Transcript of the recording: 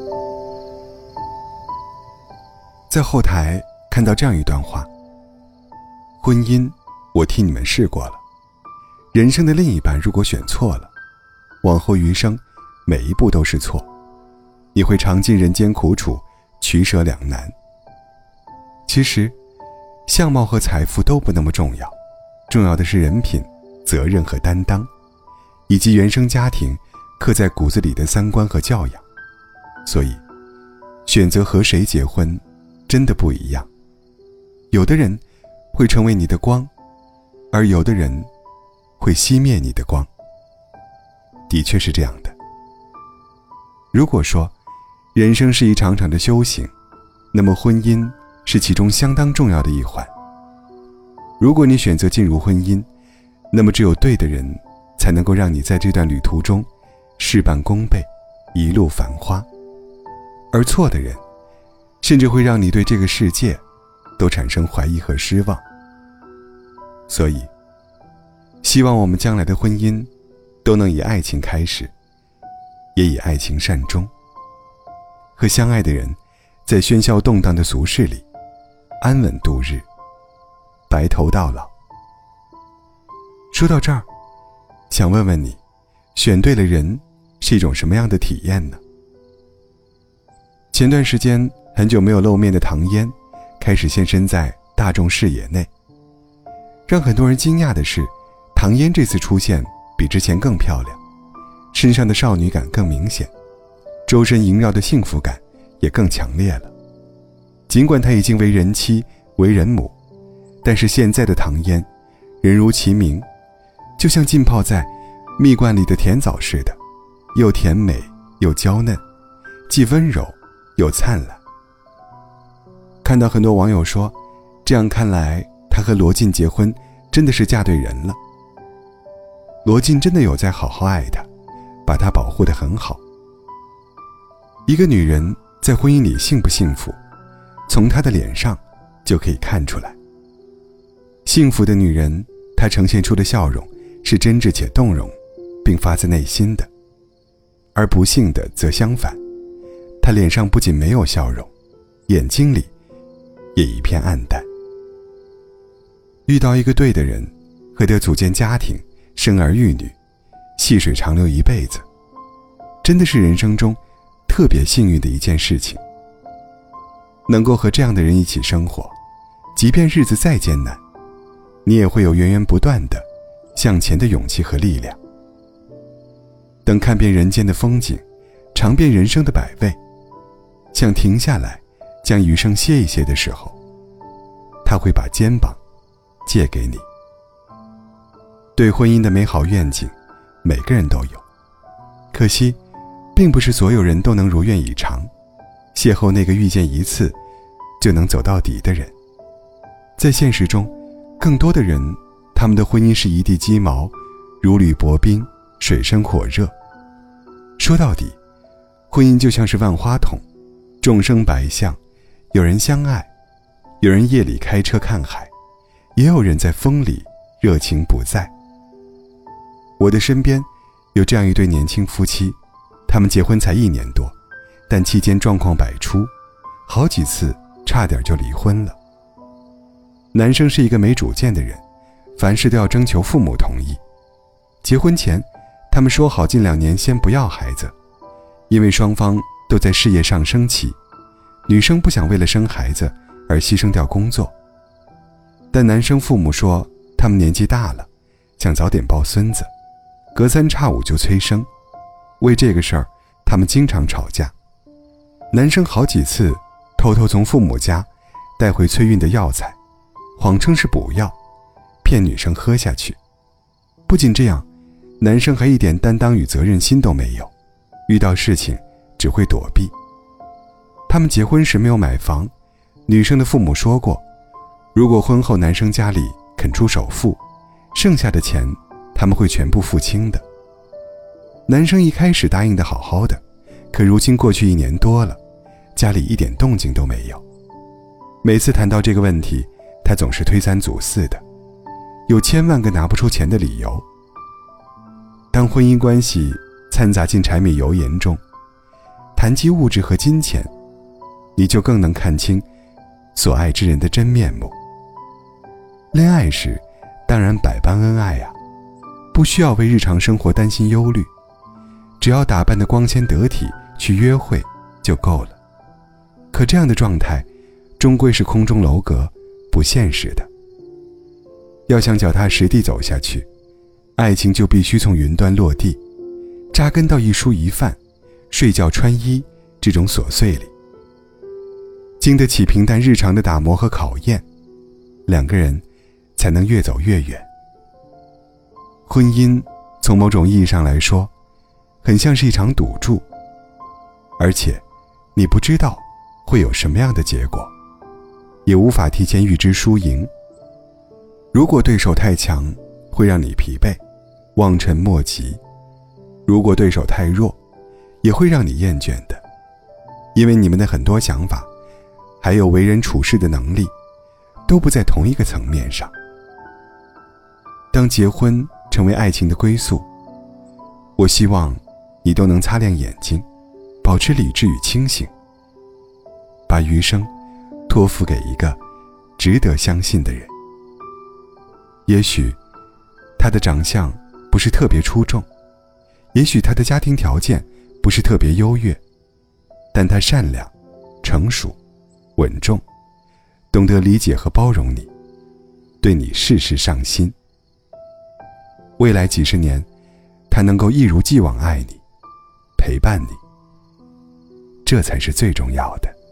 在后台看到这样一段话：婚姻我替你们试过了，人生的另一半如果选错了，往后余生每一步都是错，你会尝尽人间苦楚，取舍两难。其实相貌和财富都不那么重要，重要的是人品、责任和担当，以及原生家庭刻在骨子里的三观和教养。所以选择和谁结婚真的不一样，有的人会成为你的光，而有的人会熄灭你的光。的确是这样的。如果说人生是一场场的修行，那么婚姻是其中相当重要的一环。如果你选择进入婚姻，那么只有对的人才能够让你在这段旅途中事半功倍，一路繁花，而错的人甚至会让你对这个世界都产生怀疑和失望。所以希望我们将来的婚姻都能以爱情开始，也以爱情善终，和相爱的人在喧嚣动荡的俗世里安稳度日，白头到老。说到这儿，想问问你，选对了人是一种什么样的体验呢？前段时间很久没有露面的唐嫣开始现身在大众视野内。让很多人惊讶的是，唐嫣这次出现比之前更漂亮，身上的少女感更明显，周身萦绕的幸福感也更强烈了。尽管她已经为人妻为人母，但是现在的唐嫣人如其名，就像浸泡在蜜罐里的甜枣似的，又甜美又娇嫩，既温柔又灿烂。看到很多网友说，这样看来她和罗晋结婚真的是嫁对人了。罗晋真的有在好好爱她，把她保护得很好。一个女人在婚姻里幸不幸福，从她的脸上就可以看出来。幸福的女人，她呈现出的笑容是真挚且动容，并发自内心的；而不幸的则相反，她脸上不仅没有笑容，眼睛里也一片暗淡。遇到一个对的人，和他组建家庭，生儿育女，细水长流一辈子，真的是人生中特别幸运的一件事情。能够和这样的人一起生活，即便日子再艰难，你也会有源源不断的向前的勇气和力量。等看遍人间的风景，尝遍人生的百味，想停下来将余生歇一歇的时候，他会把肩膀借给你。对婚姻的美好愿景，每个人都有，可惜并不是所有人都能如愿以偿，邂逅那个遇见一次就能走到底的人。在现实中，更多的人，他们的婚姻是一地鸡毛，如履薄冰，水深火热。说到底，婚姻就像是万花筒，众生百相，有人相爱，有人夜里开车看海，也有人在风里热情不在。我的身边有这样一对年轻夫妻，他们结婚才1年多，但期间状况百出，好几次差点就离婚了。男生是一个没主见的人，凡事都要征求父母同意。结婚前，他们说好近2年先不要孩子，因为双方都在事业上升期，女生不想为了生孩子而牺牲掉工作。但男生父母说他们年纪大了，想早点抱孙子，隔3差5就催生。为这个事儿，他们经常吵架。男生好几次偷偷从父母家带回催孕的药材，谎称是补药，骗女生喝下去。不仅这样，男生还一点担当与责任心都没有，遇到事情只会躲避。他们结婚时没有买房，女生的父母说过，如果婚后男生家里肯出首付，剩下的钱他们会全部付清的。男生一开始答应得好好的，可如今过去1年多了，家里一点动静都没有。每次谈到这个问题，他总是推三阻四的，有千万个拿不出钱的理由。当婚姻关系掺杂进柴米油盐中， 谈及物质和金钱，你就更能看清所爱之人的真面目。恋爱时当然百般恩爱啊，不需要为日常生活担心忧虑，只要打扮得光鲜得体去约会就够了。可这样的状态终归是空中楼阁，不现实的。要想脚踏实地走下去，爱情就必须从云端落地，扎根到一蔬一饭、睡觉穿衣这种琐碎里，经得起平淡日常的打磨和考验，两个人才能越走越远。婚姻从某种意义上来说，很像是一场赌注，而且你不知道会有什么样的结果，也无法提前预知输赢。如果对手太强，会让你疲惫，望尘莫及；如果对手太弱，也会让你厌倦的，因为你们的很多想法，还有为人处事的能力，都不在同一个层面上。当结婚成为爱情的归宿，我希望你都能擦亮眼睛，保持理智与清醒，把余生托付给一个值得相信的人。也许他的长相不是特别出众，也许他的家庭条件不是特别优越，但他善良、成熟、稳重，懂得理解和包容你，对你事事上心。未来几十年，他能够一如既往爱你，陪伴你，这才是最重要的。